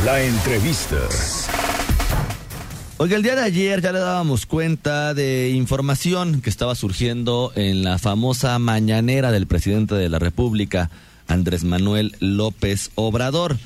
La entrevista. Oiga, el día de ayer ya le dábamos cuenta de información que estaba surgiendo en la famosa mañanera del presidente de la República, Andrés Manuel López Obrador,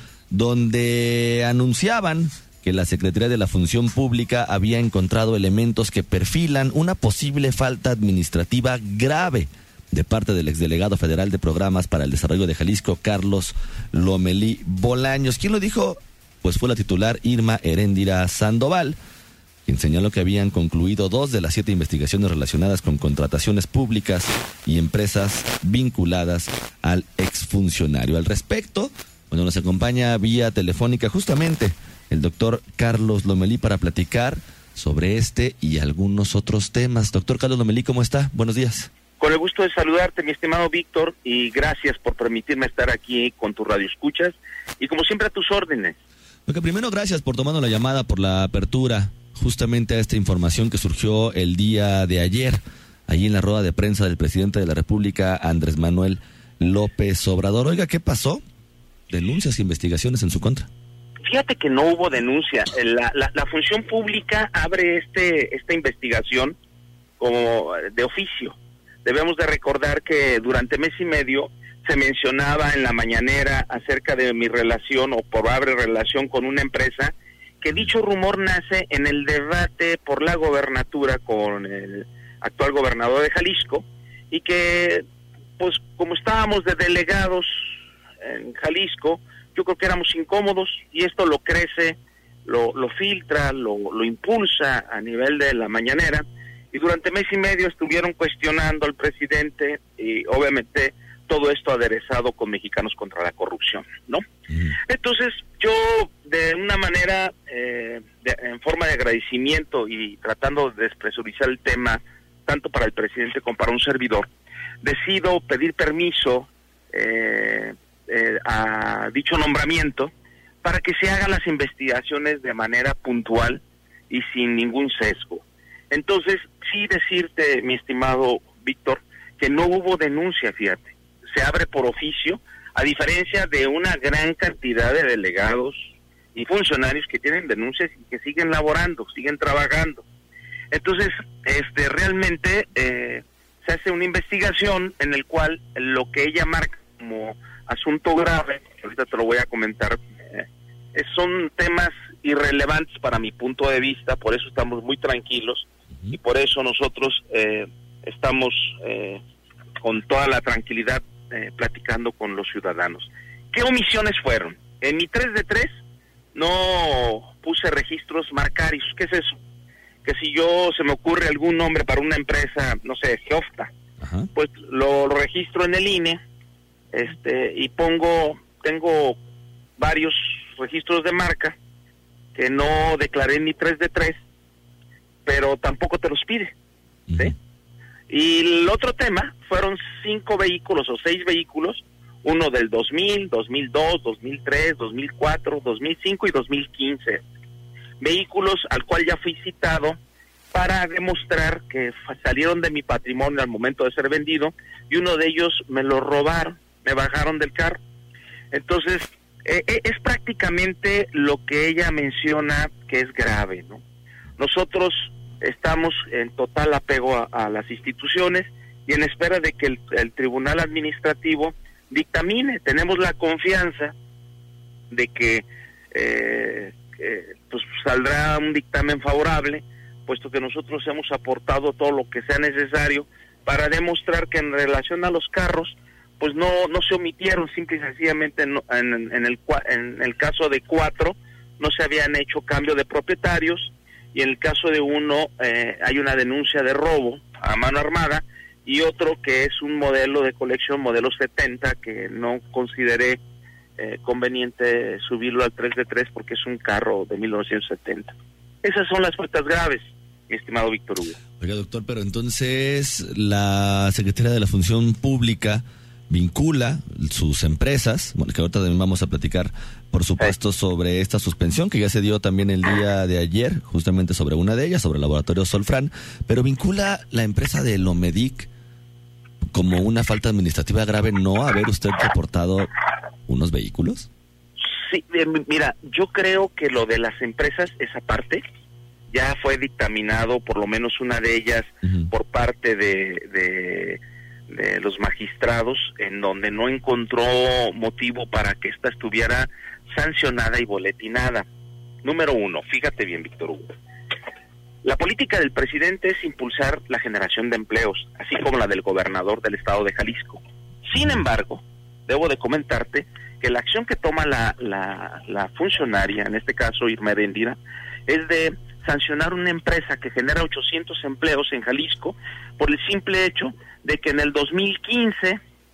donde anunciaban que la Secretaría de la Función Pública había encontrado elementos que perfilan una posible falta administrativa grave de parte del exdelegado federal de Programas para el Desarrollo de Jalisco, Carlos Lomelí Bolaños. ¿Quién lo dijo? Pues fue la titular Irma Heréndira Sandoval, quien señaló que habían concluido 2 de las 7 investigaciones relacionadas con contrataciones públicas y empresas vinculadas al exfuncionario. Al respecto, bueno, nos acompaña vía telefónica justamente el doctor Carlos Lomelí para platicar sobre este y algunos otros temas. Doctor Carlos Lomelí, ¿cómo está? Buenos días. Con el gusto de saludarte, mi estimado Víctor, y gracias por permitirme estar aquí con tu radio escuchas y como siempre a tus órdenes. Porque primero, gracias por tomando la llamada, por la apertura justamente a esta información que surgió el día de ayer, allí en la rueda de prensa del presidente de la República, Andrés Manuel López Obrador. Oiga, ¿qué pasó? Denuncias e investigaciones en su contra. Fíjate que no hubo denuncia. La Función Pública abre esta investigación como de oficio. Debemos de recordar que durante mes y medio se mencionaba en la mañanera acerca de mi relación o probable relación con una empresa, que dicho rumor nace en el debate por la gobernatura con el actual gobernador de Jalisco, y que pues como estábamos de delegados en Jalisco, yo creo que éramos incómodos y esto lo crece, lo filtra, lo impulsa a nivel de la mañanera, y durante mes y medio estuvieron cuestionando al presidente y obviamente todo esto aderezado con Mexicanos contra la Corrupción, ¿no? Entonces yo de una manera, en forma de agradecimiento y tratando de despresurizar el tema, tanto para el presidente como para un servidor, decido pedir permiso a dicho nombramiento para que se hagan las investigaciones de manera puntual y sin ningún sesgo. Entonces, sí decirte, mi estimado Víctor, que no hubo denuncia, fíjate. Se abre por oficio, a diferencia de una gran cantidad de delegados y funcionarios que tienen denuncias y que siguen laborando, siguen trabajando. Entonces, realmente se hace una investigación en el cual lo que ella marca como asunto grave, que ahorita te lo voy a comentar, son temas irrelevantes para mi punto de vista, por eso estamos muy tranquilos y por eso nosotros estamos con toda la tranquilidad platicando con los ciudadanos. ¿Qué omisiones fueron? En mi 3 de 3 no puse registros marcarios. ¿Qué es eso? Que si se me ocurre algún nombre para una empresa, no sé, Geofta, pues lo registro en el INE, y tengo varios registros de marca que no declaré en mi 3 de 3, pero tampoco te los pide, ¿sí? Y el otro tema fueron 5 vehículos o 6 vehículos, uno del 2000, 2002, 2003, 2004, 2005 y 2015. Vehículos al cual ya fui citado para demostrar que salieron de mi patrimonio al momento de ser vendido y uno de ellos me lo robaron, me bajaron del carro. Entonces, es prácticamente lo que ella menciona que es grave, ¿no? Nosotros estamos en total apego a las instituciones y en espera de que el Tribunal Administrativo dictamine. Tenemos la confianza de que pues saldrá un dictamen favorable, puesto que nosotros hemos aportado todo lo que sea necesario para demostrar que en relación a los carros, pues no se omitieron, simple y sencillamente en el caso de 4 no se habían hecho cambio de propietarios, y en el caso de uno hay una denuncia de robo a mano armada, y otro que es un modelo de colección, modelo 70, que no consideré conveniente subirlo al 3 de 3 porque es un carro de 1970. Esas son las faltas graves, mi estimado Víctor Hugo. Oiga, doctor, pero entonces la Secretaría de la Función Pública vincula sus empresas, bueno, que ahorita también vamos a platicar, por supuesto, sobre esta suspensión que ya se dio también el día de ayer, justamente sobre una de ellas, sobre el laboratorio Solfran, pero vincula la empresa de Lomedic como una falta administrativa grave no haber usted reportado unos vehículos. Sí, mira, yo creo que lo de las empresas, esa parte, ya fue dictaminado, por lo menos una de ellas, por parte de los magistrados, en donde no encontró motivo para que esta estuviera sancionada y boletinada. Número 1, fíjate bien, Víctor Hugo. La política del presidente es impulsar la generación de empleos, así como la del gobernador del estado de Jalisco. Sin embargo, debo de comentarte que la acción que toma la funcionaria, en este caso Irma Heréndira, es de sancionar una empresa que genera 800 empleos en Jalisco por el simple hecho de que en el 2015,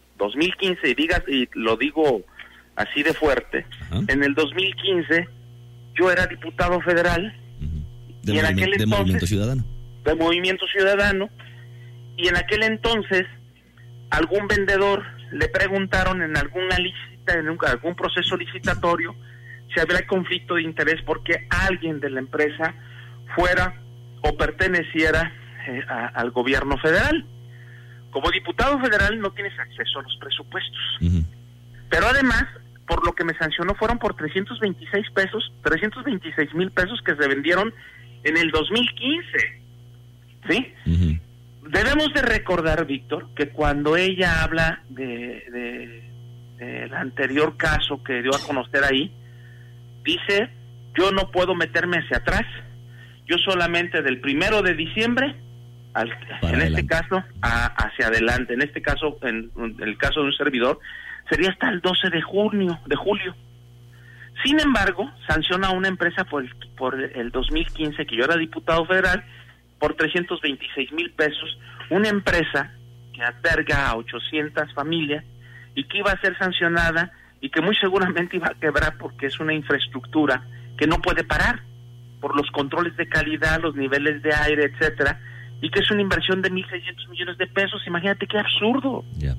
y lo digo así de fuerte, en el 2015 yo era diputado federal y en aquel entonces, de Movimiento Ciudadano, y en aquel entonces algún vendedor le preguntaron en alguna licita, en algún proceso licitatorio, si había conflicto de interés porque alguien de la empresa fuera o perteneciera al gobierno federal. Como diputado federal no tienes acceso a los presupuestos. Pero además, por lo que me sancionó fueron por 326 mil pesos que se vendieron en el 2015. ¿Sí? Debemos de recordar, Víctor, que cuando ella habla del anterior caso que dio a conocer ahí, dice, yo no puedo meterme hacia atrás, yo solamente del 1 de diciembre, este caso, hacia adelante. En este caso, en el caso de un servidor, sería hasta el 12 de julio. Sin embargo, sanciona a una empresa por el 2015, que yo era diputado federal, por 326 mil pesos, una empresa que alberga a 800 familias y que iba a ser sancionada y que muy seguramente iba a quebrar porque es una infraestructura que no puede parar por los controles de calidad, los niveles de aire, etcétera, y que es una inversión de 1.600 millones de pesos. Imagínate qué absurdo. Yeah.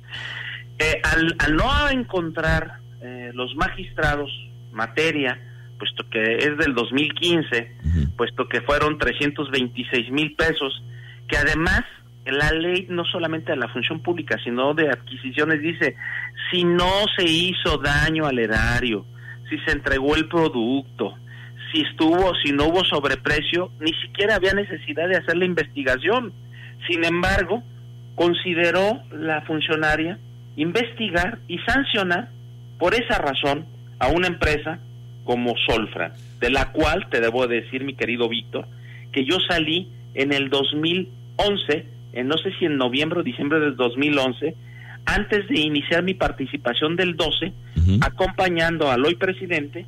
Al no encontrar los magistrados materia, puesto que es del 2015, puesto que fueron 326 mil pesos, que además la ley no solamente de la función pública, sino de adquisiciones dice, si no se hizo daño al erario, si se entregó el producto, si no hubo sobreprecio, ni siquiera había necesidad de hacer la investigación. Sin embargo, consideró la funcionaria investigar y sancionar por esa razón a una empresa como Solfran, de la cual te debo decir, mi querido Víctor, que yo salí en el 2011, no sé si en noviembre o diciembre del 2011, antes de iniciar mi participación del 12, acompañando al hoy presidente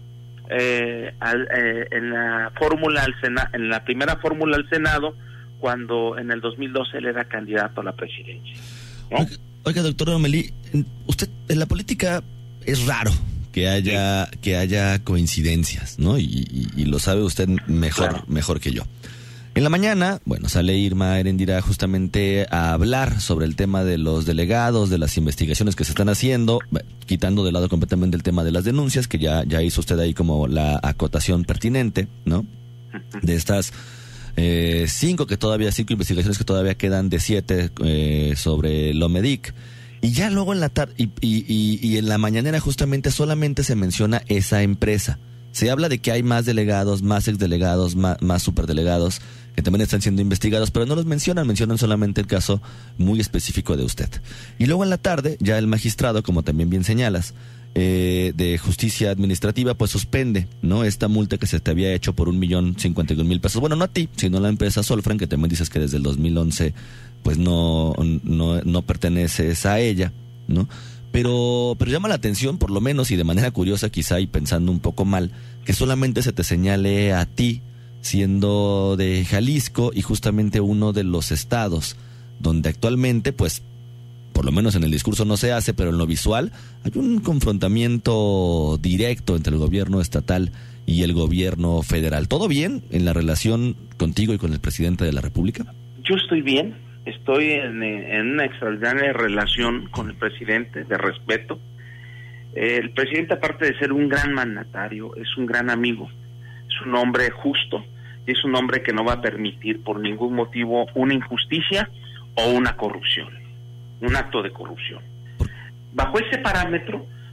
en la fórmula en la primera fórmula al Senado, cuando en el 2012 él era candidato a la presidencia, ¿no? Oiga, doctor Lomelí, usted en la política es raro que haya coincidencias, ¿no? Y lo sabe usted mejor que yo. En la mañana, sale Irma Heréndira justamente a hablar sobre el tema de los delegados, de las investigaciones que se están haciendo, quitando de lado completamente el tema de las denuncias, que ya hizo usted ahí como la acotación pertinente, ¿no? De estas 5 investigaciones que todavía quedan de 7 sobre Lomedic. Y ya luego en la tarde y en la mañanera justamente solamente se menciona esa empresa. Se habla de que hay más delegados, más exdelegados, más superdelegados que también están siendo investigados, pero no los mencionan solamente el caso muy específico de usted. Y luego en la tarde, ya el magistrado, como también bien señalas, de justicia administrativa, pues suspende, ¿no?, esta multa que se te había hecho por 1,051,000 pesos. Bueno, no a ti, sino a la empresa Solfran, que también dices que desde el 2011 pues no perteneces a ella, ¿no? Pero llama la atención, por lo menos, y de manera curiosa quizá, y pensando un poco mal, que solamente se te señale a ti, siendo de Jalisco y justamente uno de los estados donde actualmente, pues, por lo menos en el discurso no se hace, pero en lo visual hay un confrontamiento directo entre el gobierno estatal y el gobierno federal. ¿Todo bien en la relación contigo y con el presidente de la República? Yo estoy bien, estoy en una extraordinaria relación con el presidente, de respeto. El presidente, aparte de ser un gran mandatario, es un gran amigo, es un hombre justo y es un hombre que no va a permitir por ningún motivo una injusticia o una corrupción, un acto de corrupción. Bajo ese parámetro,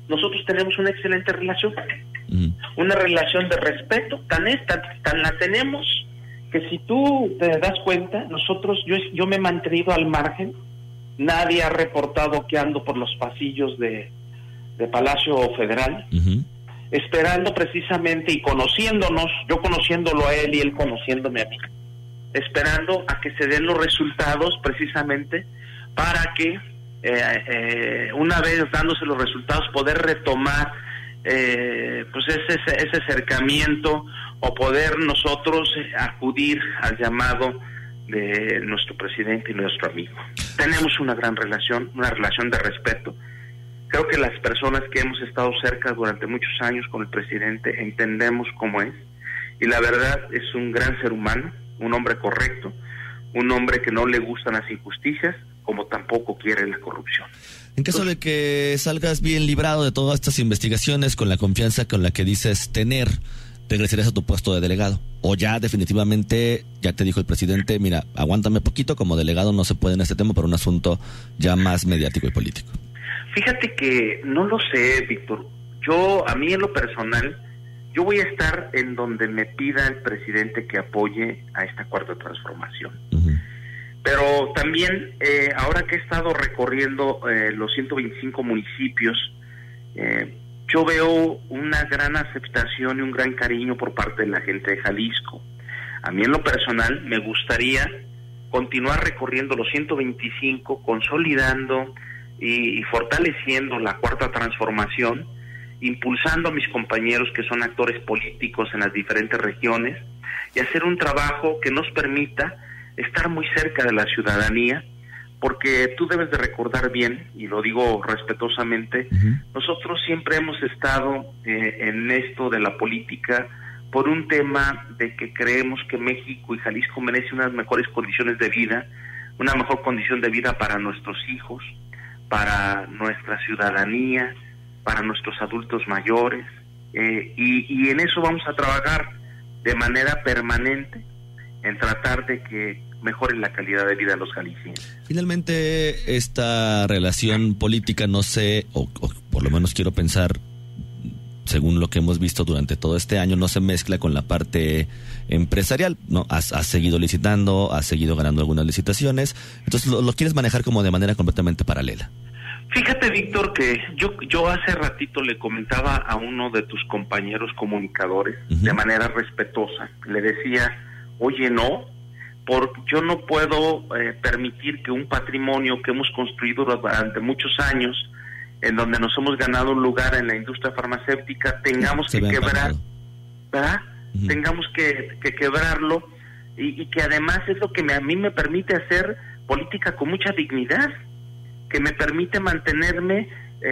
nosotros tenemos una excelente relación, una relación de respeto, tan la tenemos que si tú te das cuenta, nosotros, yo me he mantenido al margen, nadie ha reportado que ando por los pasillos de Palacio Federal, esperando precisamente y conociéndonos, yo conociéndolo a él y él conociéndome a mí, esperando a que se den los resultados precisamente para que una vez dándose los resultados poder retomar pues ese acercamiento o poder nosotros acudir al llamado de nuestro presidente y nuestro amigo. Tenemos una gran relación, una relación de respeto. Creo que las personas que hemos estado cerca durante muchos años con el presidente entendemos cómo es, y la verdad es un gran ser humano, un hombre correcto, un hombre que no le gustan las injusticias, como tampoco quiere la corrupción. En caso de que salgas bien librado de todas estas investigaciones, con la confianza con la que dices tener, ¿regresarías a tu puesto de delegado? ¿O ya definitivamente, ya te dijo el presidente, mira, aguántame poquito, como delegado no se puede en este tema por un asunto ya más mediático y político? Fíjate que no lo sé, Víctor. A mí en lo personal, yo voy a estar en donde me pida el presidente que apoye a esta cuarta transformación. Pero también, ahora que he estado recorriendo los 125 municipios, yo veo una gran aceptación y un gran cariño por parte de la gente de Jalisco. A mí en lo personal me gustaría continuar recorriendo los 125, consolidando y fortaleciendo la cuarta transformación, impulsando a mis compañeros que son actores políticos en las diferentes regiones y hacer un trabajo que nos permita estar muy cerca de la ciudadanía, porque tú debes de recordar bien, y lo digo respetuosamente, nosotros siempre hemos estado en esto de la política por un tema de que creemos que México y Jalisco merece unas mejores condiciones de vida, una mejor condición de vida para nuestros hijos, para nuestra ciudadanía, para nuestros adultos mayores, y en eso vamos a trabajar de manera permanente, en tratar de que mejore la calidad de vida de los jaliscienses. Finalmente, esta relación política, no sé, o por lo menos quiero pensar, según lo que hemos visto durante todo este año, no se mezcla con la parte empresarial, ¿no? Has seguido licitando, has seguido ganando algunas licitaciones, entonces lo quieres manejar como de manera completamente paralela. Fíjate, Víctor, que yo hace ratito le comentaba a uno de tus compañeros comunicadores, de manera respetuosa, le decía, oye, yo no puedo permitir que un patrimonio que hemos construido durante muchos años, en donde nos hemos ganado un lugar en la industria farmacéutica, tengamos que quebrar, ¿verdad? Tengamos que quebrarlo, y que además es lo que a mí me permite hacer política con mucha dignidad, que me permite mantenerme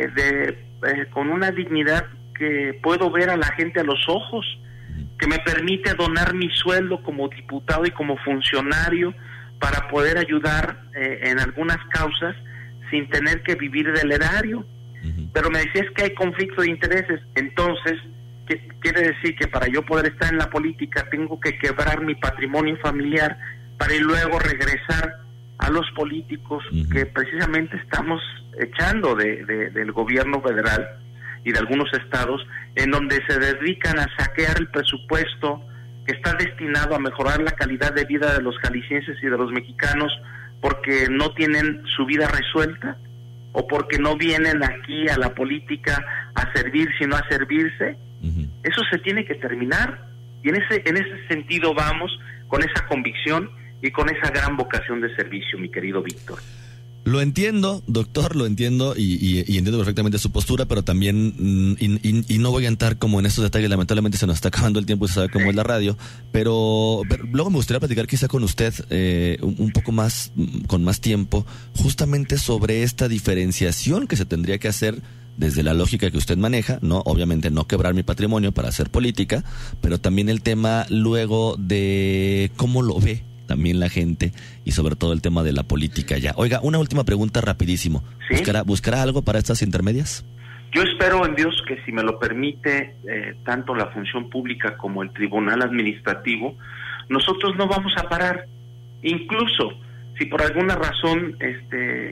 con una dignidad que puedo ver a la gente a los ojos, que me permite donar mi sueldo como diputado y como funcionario para poder ayudar en algunas causas sin tener que vivir del erario. Pero me decías que hay conflicto de intereses, entonces quiere decir que para yo poder estar en la política tengo que quebrar mi patrimonio familiar para luego regresar a los políticos que precisamente estamos echando del gobierno federal y de algunos estados, en donde se dedican a saquear el presupuesto que está destinado a mejorar la calidad de vida de los jaliscienses y de los mexicanos, porque no tienen su vida resuelta, o porque no vienen aquí a la política a servir, sino a servirse. Eso se tiene que terminar, y en ese sentido vamos, con esa convicción y con esa gran vocación de servicio, mi querido Víctor. Lo entiendo, doctor, lo entiendo y entiendo perfectamente su postura, pero también, y no voy a entrar como en estos detalles, lamentablemente se nos está acabando el tiempo y se sabe cómo es la radio, pero luego me gustaría platicar quizá con usted un poco más, con más tiempo, justamente sobre esta diferenciación que se tendría que hacer desde la lógica que usted maneja, ¿no? Obviamente no quebrar mi patrimonio para hacer política, pero también el tema luego de cómo lo ve también la gente y sobre todo el tema de la política ya. Oiga, una última pregunta rapidísimo. ¿Sí? ¿Buscará algo para estas intermedias? Yo espero en Dios que, si me lo permite, tanto la función pública como el tribunal administrativo, nosotros no vamos a parar. Incluso si por alguna razón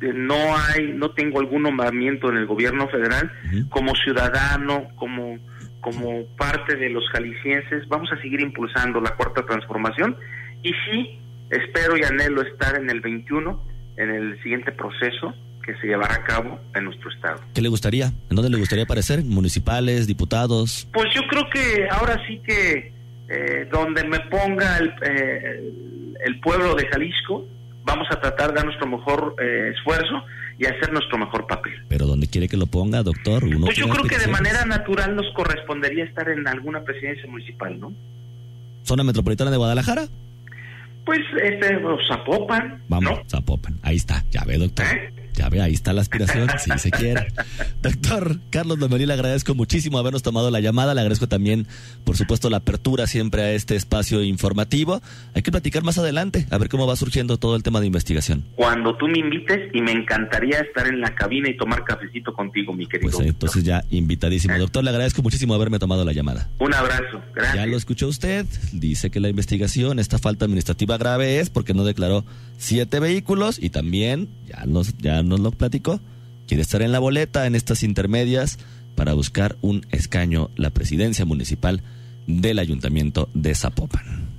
no tengo algún nombramiento en el gobierno federal. Como ciudadano, como parte de los jaliscienses, vamos a seguir impulsando la cuarta transformación, y sí, espero y anhelo estar en el 21, en el siguiente proceso que se llevará a cabo en nuestro estado. ¿Qué le gustaría? ¿En dónde le gustaría aparecer? ¿Municipales, diputados? Pues yo creo que ahora sí que donde me ponga el pueblo de Jalisco, vamos a tratar de dar nuestro mejor esfuerzo y hacer nuestro mejor papel. ¿Pero dónde quiere que lo ponga, doctor? Pues yo creo que de manera natural nos correspondería estar en alguna presidencia municipal, ¿no? ¿Zona metropolitana de Guadalajara? Pues Zapopan. Vamos, ¿no? Zapopan. Ahí está, ya ve, doctor. Ya ve, ahí está la aspiración, si se quiere. Doctor Carlos Lomelí, le agradezco muchísimo habernos tomado la llamada. Le agradezco también, por supuesto, la apertura siempre a este espacio informativo. Hay que platicar más adelante, a ver cómo va surgiendo todo el tema de investigación. Cuando tú me invites, y me encantaría estar en la cabina y tomar cafecito contigo, mi querido. Pues entonces ya invitadísimo. Doctor, le agradezco muchísimo haberme tomado la llamada. Un abrazo, gracias. Ya lo escuchó usted, dice que la investigación, esta falta administrativa grave es porque no declaró 7 vehículos y también, ya nos lo platicó, quiere estar en la boleta en estas intermedias para buscar un escaño, la presidencia municipal del Ayuntamiento de Zapopan.